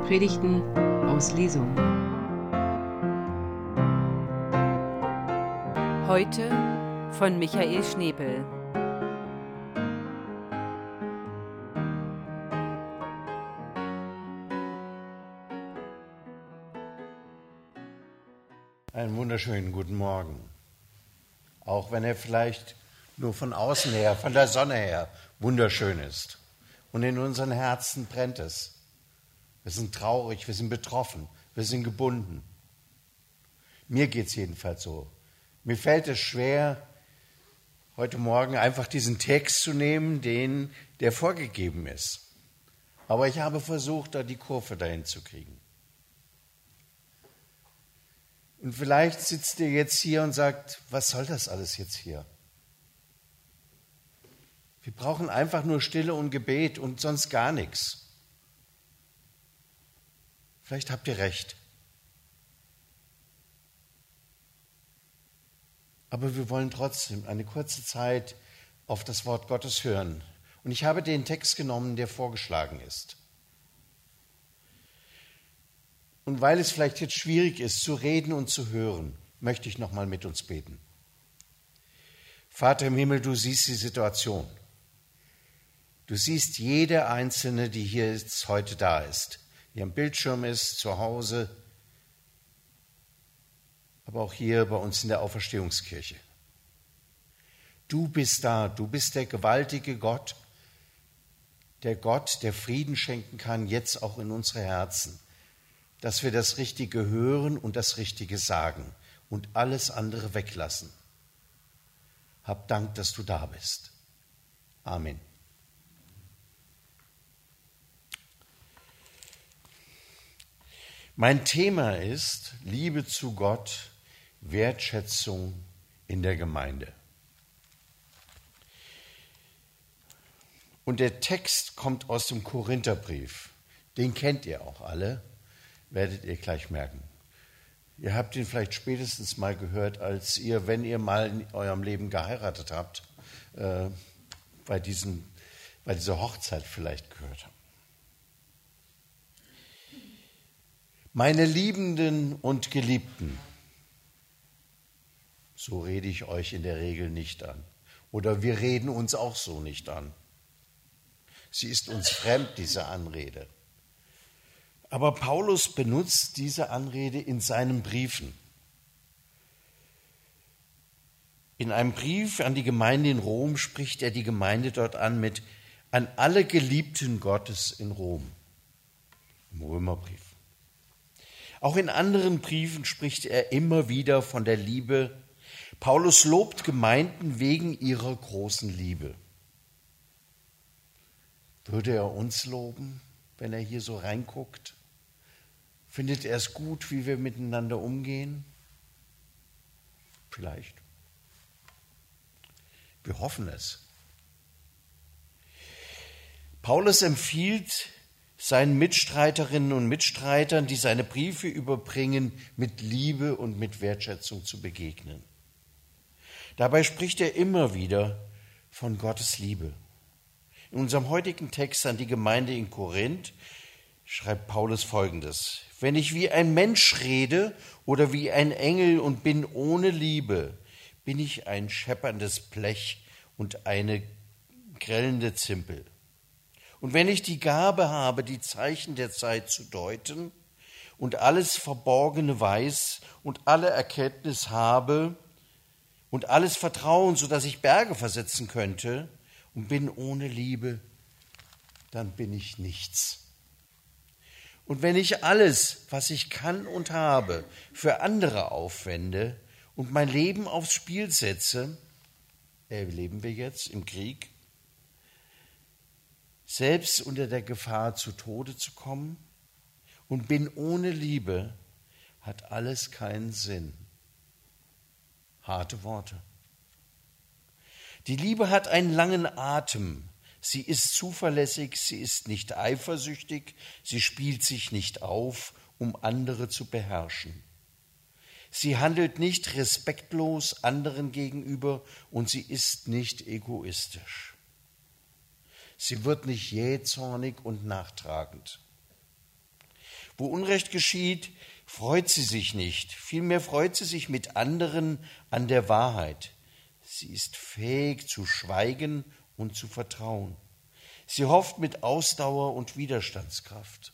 Predigten aus Lesung. Heute von Michael Schnepel. Einen wunderschönen guten Morgen. Auch wenn er vielleicht nur von außen her, von der Sonne her, wunderschön ist. Und in unseren Herzen brennt es. Wir sind traurig, wir sind betroffen, wir sind gebunden. Mir geht es jedenfalls so. Mir fällt es schwer, heute Morgen einfach diesen Text zu nehmen, der vorgegeben ist. Aber ich habe versucht, da die Kurve dahin zu kriegen. Und vielleicht sitzt ihr jetzt hier und sagt, was soll das alles jetzt hier? Wir brauchen einfach nur Stille und Gebet und sonst gar nichts. Vielleicht habt ihr recht. Aber wir wollen trotzdem eine kurze Zeit auf das Wort Gottes hören. Und ich habe den Text genommen, der vorgeschlagen ist. Und weil es vielleicht jetzt schwierig ist, zu reden und zu hören, möchte ich nochmal mit uns beten. Vater im Himmel, du siehst die Situation. Du siehst jede Einzelne, die hier jetzt heute da ist, die am Bildschirm ist, zu Hause, aber auch hier bei uns in der Auferstehungskirche. Du bist da, du bist der gewaltige Gott, der Frieden schenken kann, jetzt auch in unsere Herzen, dass wir das Richtige hören und das Richtige sagen und alles andere weglassen. Hab Dank, dass du da bist. Amen. Mein Thema ist Liebe zu Gott, Wertschätzung in der Gemeinde. Und der Text kommt aus dem Korintherbrief. Den kennt ihr auch alle, werdet ihr gleich merken. Ihr habt ihn vielleicht spätestens mal gehört, wenn ihr mal in eurem Leben geheiratet habt, bei dieser Hochzeit vielleicht gehört habt. Meine Liebenden und Geliebten, so rede ich euch in der Regel nicht an. Oder wir reden uns auch so nicht an. Sie ist uns fremd, diese Anrede. Aber Paulus benutzt diese Anrede in seinen Briefen. In einem Brief an die Gemeinde in Rom spricht er die Gemeinde dort an mit an alle Geliebten Gottes in Rom, im Römerbrief. Auch in anderen Briefen spricht er immer wieder von der Liebe. Paulus lobt Gemeinden wegen ihrer großen Liebe. Würde er uns loben, wenn er hier so reinguckt? Findet er es gut, wie wir miteinander umgehen? Vielleicht. Wir hoffen es. Paulus empfiehlt seinen Mitstreiterinnen und Mitstreitern, die seine Briefe überbringen, mit Liebe und mit Wertschätzung zu begegnen. Dabei spricht er immer wieder von Gottes Liebe. In unserem heutigen Text an die Gemeinde in Korinth schreibt Paulus Folgendes: Wenn ich wie ein Mensch rede oder wie ein Engel und bin ohne Liebe, bin ich ein schepperndes Blech und eine grellende Zimpel. Und wenn ich die Gabe habe, die Zeichen der Zeit zu deuten und alles Verborgene weiß und alle Erkenntnis habe und alles Vertrauen, sodass ich Berge versetzen könnte und bin ohne Liebe, dann bin ich nichts. Und wenn ich alles, was ich kann und habe, für andere aufwende und mein Leben aufs Spiel setze, erleben wir jetzt im Krieg, selbst unter der Gefahr, zu Tode zu kommen, und bin ohne Liebe, hat alles keinen Sinn. Harte Worte. Die Liebe hat einen langen Atem. Sie ist zuverlässig, sie ist nicht eifersüchtig, sie spielt sich nicht auf, um andere zu beherrschen. Sie handelt nicht respektlos anderen gegenüber und sie ist nicht egoistisch. Sie wird nicht jähzornig und nachtragend. Wo Unrecht geschieht, freut sie sich nicht. Vielmehr freut sie sich mit anderen an der Wahrheit. Sie ist fähig zu schweigen und zu vertrauen. Sie hofft mit Ausdauer und Widerstandskraft.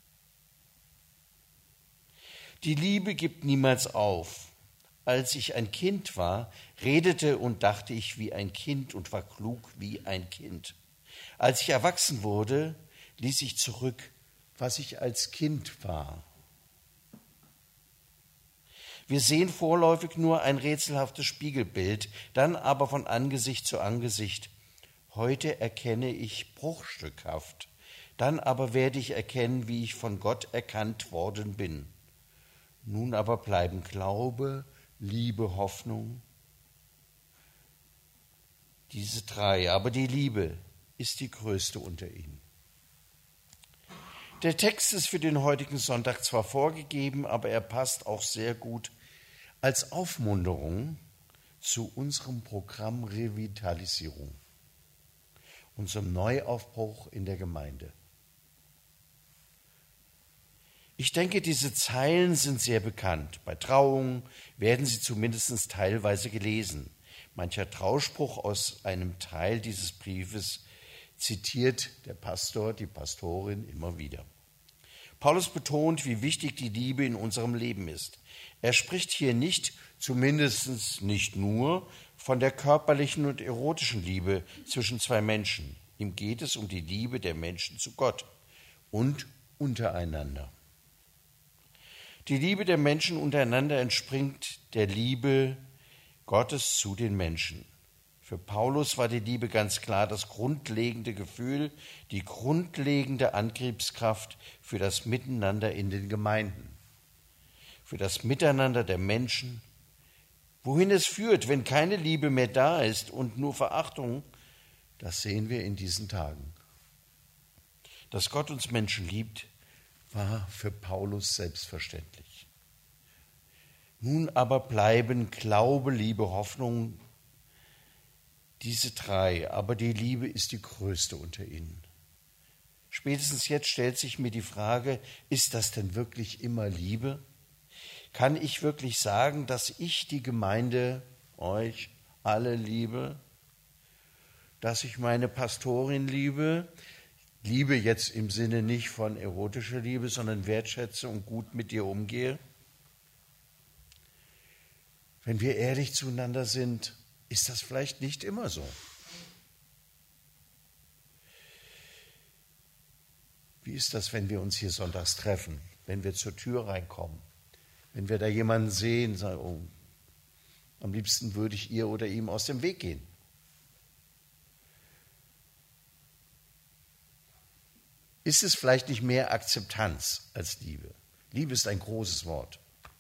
Die Liebe gibt niemals auf. Als ich ein Kind war, redete und dachte ich wie ein Kind und war klug wie ein Kind. Als ich erwachsen wurde, ließ ich zurück, was ich als Kind war. Wir sehen vorläufig nur ein rätselhaftes Spiegelbild, dann aber von Angesicht zu Angesicht. Heute erkenne ich bruchstückhaft, dann aber werde ich erkennen, wie ich von Gott erkannt worden bin. Nun aber bleiben Glaube, Liebe, Hoffnung. Diese drei, aber die Liebe ist die größte unter ihnen. Der Text ist für den heutigen Sonntag zwar vorgegeben, aber er passt auch sehr gut als Aufmunterung zu unserem Programm Revitalisierung, unserem Neuaufbruch in der Gemeinde. Ich denke, diese Zeilen sind sehr bekannt. Bei Trauungen werden sie zumindest teilweise gelesen. Mancher Trauspruch aus einem Teil dieses Briefes zitiert der Pastor, die Pastorin immer wieder. Paulus betont, wie wichtig die Liebe in unserem Leben ist. Er spricht hier nicht, zumindest nicht nur, von der körperlichen und erotischen Liebe zwischen zwei Menschen. Ihm geht es um die Liebe der Menschen zu Gott und untereinander. Die Liebe der Menschen untereinander entspringt der Liebe Gottes zu den Menschen. Für Paulus war die Liebe ganz klar das grundlegende Gefühl, die grundlegende Antriebskraft für das Miteinander in den Gemeinden, für das Miteinander der Menschen. Wohin es führt, wenn keine Liebe mehr da ist und nur Verachtung, das sehen wir in diesen Tagen. Dass Gott uns Menschen liebt, war für Paulus selbstverständlich. Nun aber bleiben Glaube, Liebe, Hoffnung, diese drei, aber die Liebe ist die größte unter ihnen. Spätestens jetzt stellt sich mir die Frage, ist das denn wirklich immer Liebe? Kann ich wirklich sagen, dass ich die Gemeinde, euch alle liebe, dass ich meine Pastorin liebe? Liebe jetzt im Sinne nicht von erotischer Liebe, sondern wertschätze und gut mit ihr umgehe? Wenn wir ehrlich zueinander sind, ist das vielleicht nicht immer so. Wie ist das, wenn wir uns hier sonntags treffen, wenn wir zur Tür reinkommen, wenn wir da jemanden sehen, sagen, oh, am liebsten würde ich ihr oder ihm aus dem Weg gehen. Ist es vielleicht nicht mehr Akzeptanz als Liebe? Liebe ist ein großes Wort.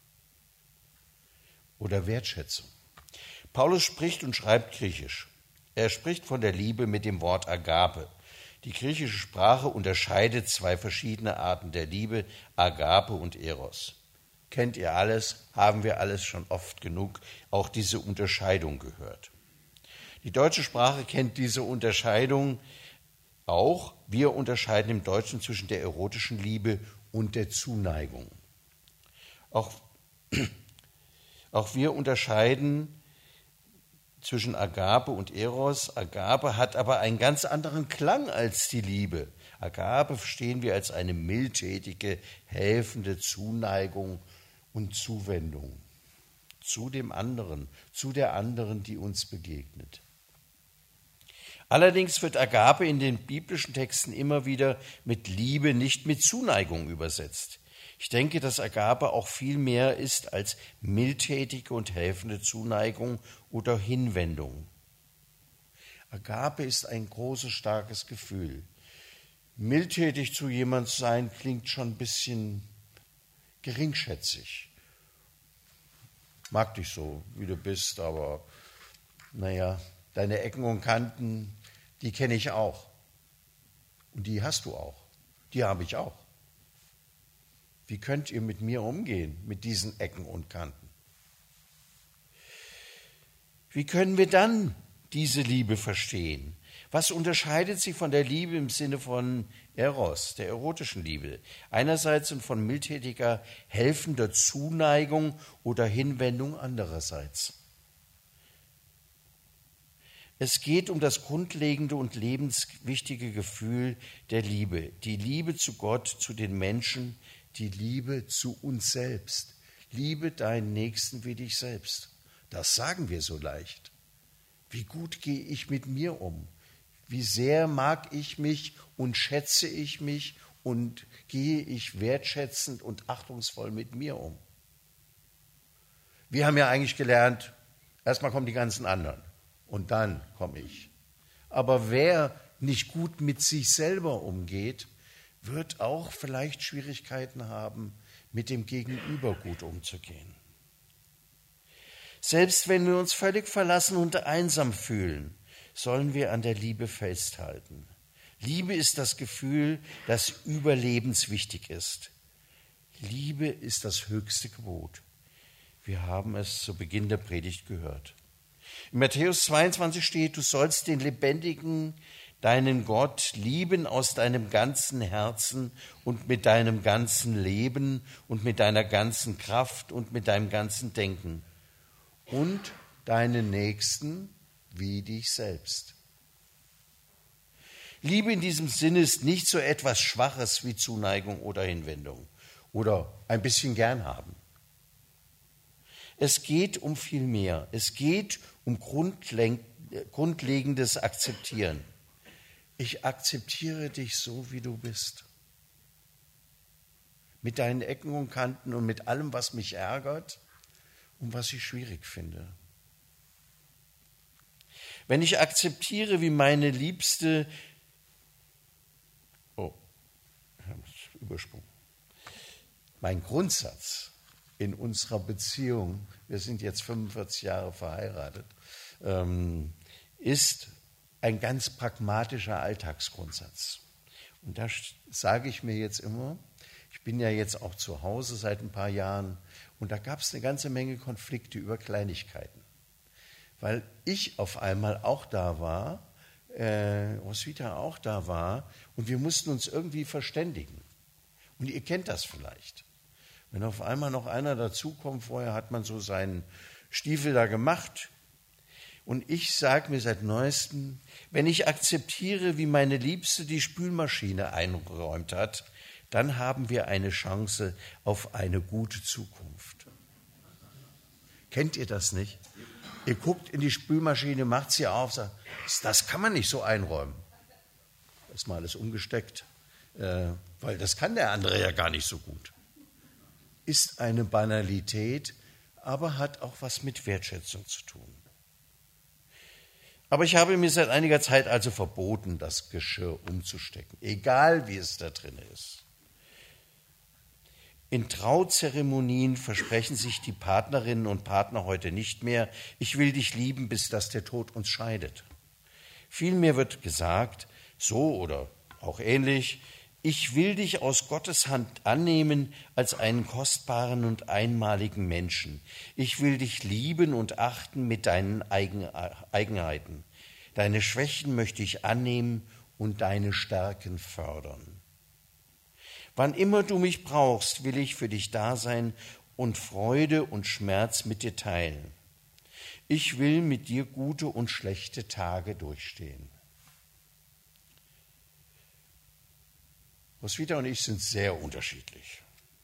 Oder Wertschätzung. Paulus spricht und schreibt Griechisch. Er spricht von der Liebe mit dem Wort Agape. Die griechische Sprache unterscheidet zwei verschiedene Arten der Liebe, Agape und Eros. Kennt ihr alles, haben wir alles schon oft genug auch diese Unterscheidung gehört. Die deutsche Sprache kennt diese Unterscheidung auch. Wir unterscheiden im Deutschen zwischen der erotischen Liebe und der Zuneigung. Auch wir unterscheiden zwischen Agape und Eros. Agape hat aber einen ganz anderen Klang als die Liebe. Agape verstehen wir als eine mildtätige, helfende Zuneigung und Zuwendung zu dem anderen, zu der anderen, die uns begegnet. Allerdings wird Agape in den biblischen Texten immer wieder mit Liebe, nicht mit Zuneigung übersetzt. Ich denke, dass Agape auch viel mehr ist als mildtätige und helfende Zuneigung oder Hinwendung. Agape ist ein großes, starkes Gefühl. Mildtätig zu jemand sein klingt schon ein bisschen geringschätzig. Mag dich so, wie du bist, aber naja, deine Ecken und Kanten, die kenne ich auch. Und die hast du auch. Die habe ich auch. Wie könnt ihr mit mir umgehen, mit diesen Ecken und Kanten? Wie können wir dann diese Liebe verstehen? Was unterscheidet sie von der Liebe im Sinne von Eros, der erotischen Liebe, einerseits und von mildtätiger, helfender Zuneigung oder Hinwendung andererseits? Es geht um das grundlegende und lebenswichtige Gefühl der Liebe, die Liebe zu Gott, zu den Menschen, die Liebe zu uns selbst. Liebe deinen Nächsten wie dich selbst. Das sagen wir so leicht. Wie gut gehe ich mit mir um? Wie sehr mag ich mich und schätze ich mich und gehe ich wertschätzend und achtungsvoll mit mir um? Wir haben ja eigentlich gelernt, erstmal kommen die ganzen anderen und dann komme ich. Aber wer nicht gut mit sich selber umgeht, wird auch vielleicht Schwierigkeiten haben, mit dem Gegenüber gut umzugehen. Selbst wenn wir uns völlig verlassen und einsam fühlen, sollen wir an der Liebe festhalten. Liebe ist das Gefühl, das überlebenswichtig ist. Liebe ist das höchste Gebot. Wir haben es zu Beginn der Predigt gehört. In Matthäus 22 steht, du sollst den Lebendigen, deinen Gott, lieben aus deinem ganzen Herzen und mit deinem ganzen Leben und mit deiner ganzen Kraft und mit deinem ganzen Denken und deinen Nächsten wie dich selbst. Liebe in diesem Sinne ist nicht so etwas Schwaches wie Zuneigung oder Hinwendung oder ein bisschen gern haben. Es geht um viel mehr. Es geht um grundlegendes Akzeptieren. Ich akzeptiere dich so, wie du bist. Mit deinen Ecken und Kanten und mit allem, was mich ärgert und was ich schwierig finde. Wenn ich akzeptiere, wie meine Liebste, mein Grundsatz in unserer Beziehung, wir sind jetzt 45 Jahre verheiratet, ist ein ganz pragmatischer Alltagsgrundsatz. Und da sage ich mir jetzt immer, ich bin ja jetzt auch zu Hause seit ein paar Jahren und da gab es eine ganze Menge Konflikte über Kleinigkeiten. Weil ich auf einmal auch da war, Roswitha auch da war und wir mussten uns irgendwie verständigen. Und ihr kennt das vielleicht. Wenn auf einmal noch einer dazukommt, vorher hat man so seinen Stiefel da gemacht. Und ich sage mir seit Neuestem, wenn ich akzeptiere, wie meine Liebste die Spülmaschine eingeräumt hat, dann haben wir eine Chance auf eine gute Zukunft. Kennt ihr das nicht? Ihr guckt in die Spülmaschine, macht sie auf, sagt, das kann man nicht so einräumen. Das ist mal alles umgesteckt, weil das kann der andere ja gar nicht so gut. Ist eine Banalität, aber hat auch was mit Wertschätzung zu tun. Aber ich habe mir seit einiger Zeit also verboten, das Geschirr umzustecken, egal wie es da drin ist. In Trauzeremonien versprechen sich die Partnerinnen und Partner heute nicht mehr, ich will dich lieben, bis dass der Tod uns scheidet. Vielmehr wird gesagt, so oder auch ähnlich, ich will dich aus Gottes Hand annehmen als einen kostbaren und einmaligen Menschen. Ich will dich lieben und achten mit deinen Eigenheiten. Deine Schwächen möchte ich annehmen und deine Stärken fördern. Wann immer du mich brauchst, will ich für dich da sein und Freude und Schmerz mit dir teilen. Ich will mit dir gute und schlechte Tage durchstehen. Roswitha und ich sind sehr unterschiedlich.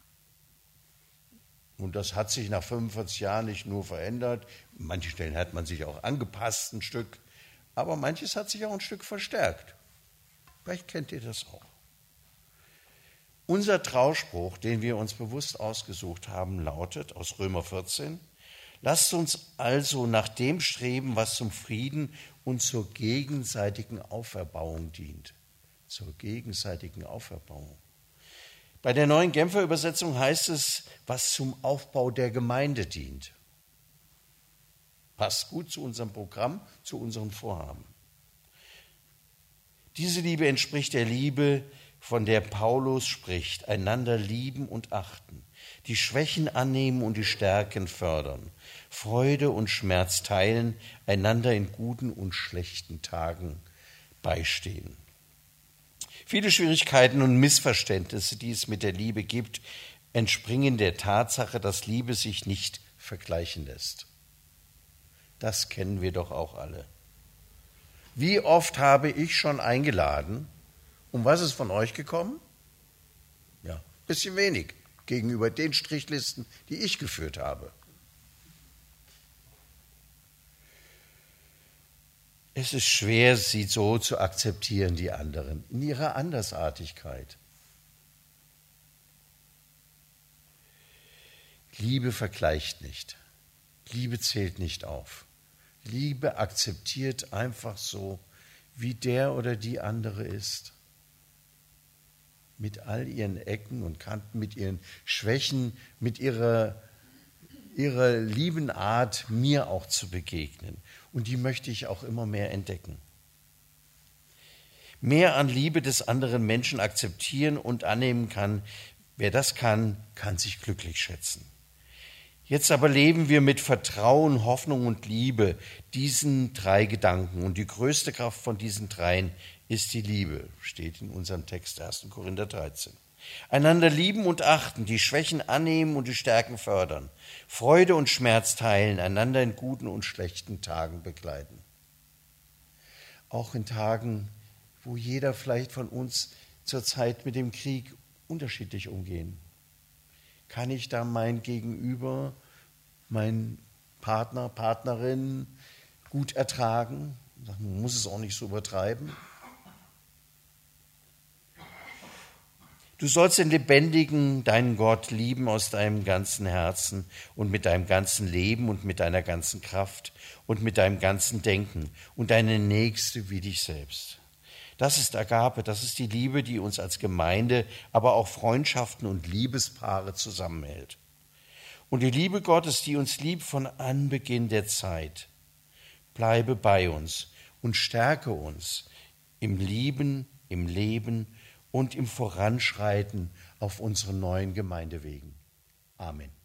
Und das hat sich nach 45 Jahren nicht nur verändert. An manchen Stellen hat man sich auch angepasst ein Stück, aber manches hat sich auch ein Stück verstärkt. Vielleicht kennt ihr das auch. Unser Trauspruch, den wir uns bewusst ausgesucht haben, lautet aus Römer 14, lasst uns also nach dem streben, was zum Frieden und zur gegenseitigen Auferbauung dient. Zur gegenseitigen Auferbauung. Bei der Neuen Genfer Übersetzung heißt es, was zum Aufbau der Gemeinde dient. Passt gut zu unserem Programm, zu unseren Vorhaben. Diese Liebe entspricht der Liebe, von der Paulus spricht, einander lieben und achten, die Schwächen annehmen und die Stärken fördern, Freude und Schmerz teilen, einander in guten und schlechten Tagen beistehen. Viele Schwierigkeiten und Missverständnisse, die es mit der Liebe gibt, entspringen der Tatsache, dass Liebe sich nicht vergleichen lässt. Das kennen wir doch auch alle. Wie oft habe ich schon eingeladen? Um was ist von euch gekommen? Ja, ein bisschen wenig gegenüber den Strichlisten, die ich geführt habe. Es ist schwer, sie so zu akzeptieren, die anderen, in ihrer Andersartigkeit. Liebe vergleicht nicht. Liebe zählt nicht auf. Liebe akzeptiert einfach so, wie der oder die andere ist. Mit all ihren Ecken und Kanten, mit ihren Schwächen, mit ihrer lieben Art, mir auch zu begegnen. Und die möchte ich auch immer mehr entdecken. Mehr an Liebe des anderen Menschen akzeptieren und annehmen kann. Wer das kann, kann sich glücklich schätzen. Jetzt aber leben wir mit Vertrauen, Hoffnung und Liebe, diesen 3 Gedanken. Und die größte Kraft von diesen 3 ist die Liebe, steht in unserem Text 1. Korinther 13. Einander lieben und achten, die Schwächen annehmen und die Stärken fördern, Freude und Schmerz teilen, einander in guten und schlechten Tagen begleiten. Auch in Tagen, wo jeder vielleicht von uns zurzeit mit dem Krieg unterschiedlich umgehen. Kann ich da mein Gegenüber, mein Partner, Partnerin gut ertragen? Man muss es auch nicht so übertreiben. Du sollst den lebendigen, deinen Gott lieben aus deinem ganzen Herzen und mit deinem ganzen Leben und mit deiner ganzen Kraft und mit deinem ganzen Denken und deine Nächste wie dich selbst. Das ist Agape, das ist die Liebe, die uns als Gemeinde, aber auch Freundschaften und Liebespaare zusammenhält. Und die Liebe Gottes, die uns liebt von Anbeginn der Zeit, bleibe bei uns und stärke uns im Lieben, im Leben und im Voranschreiten auf unseren neuen Gemeindewegen. Amen.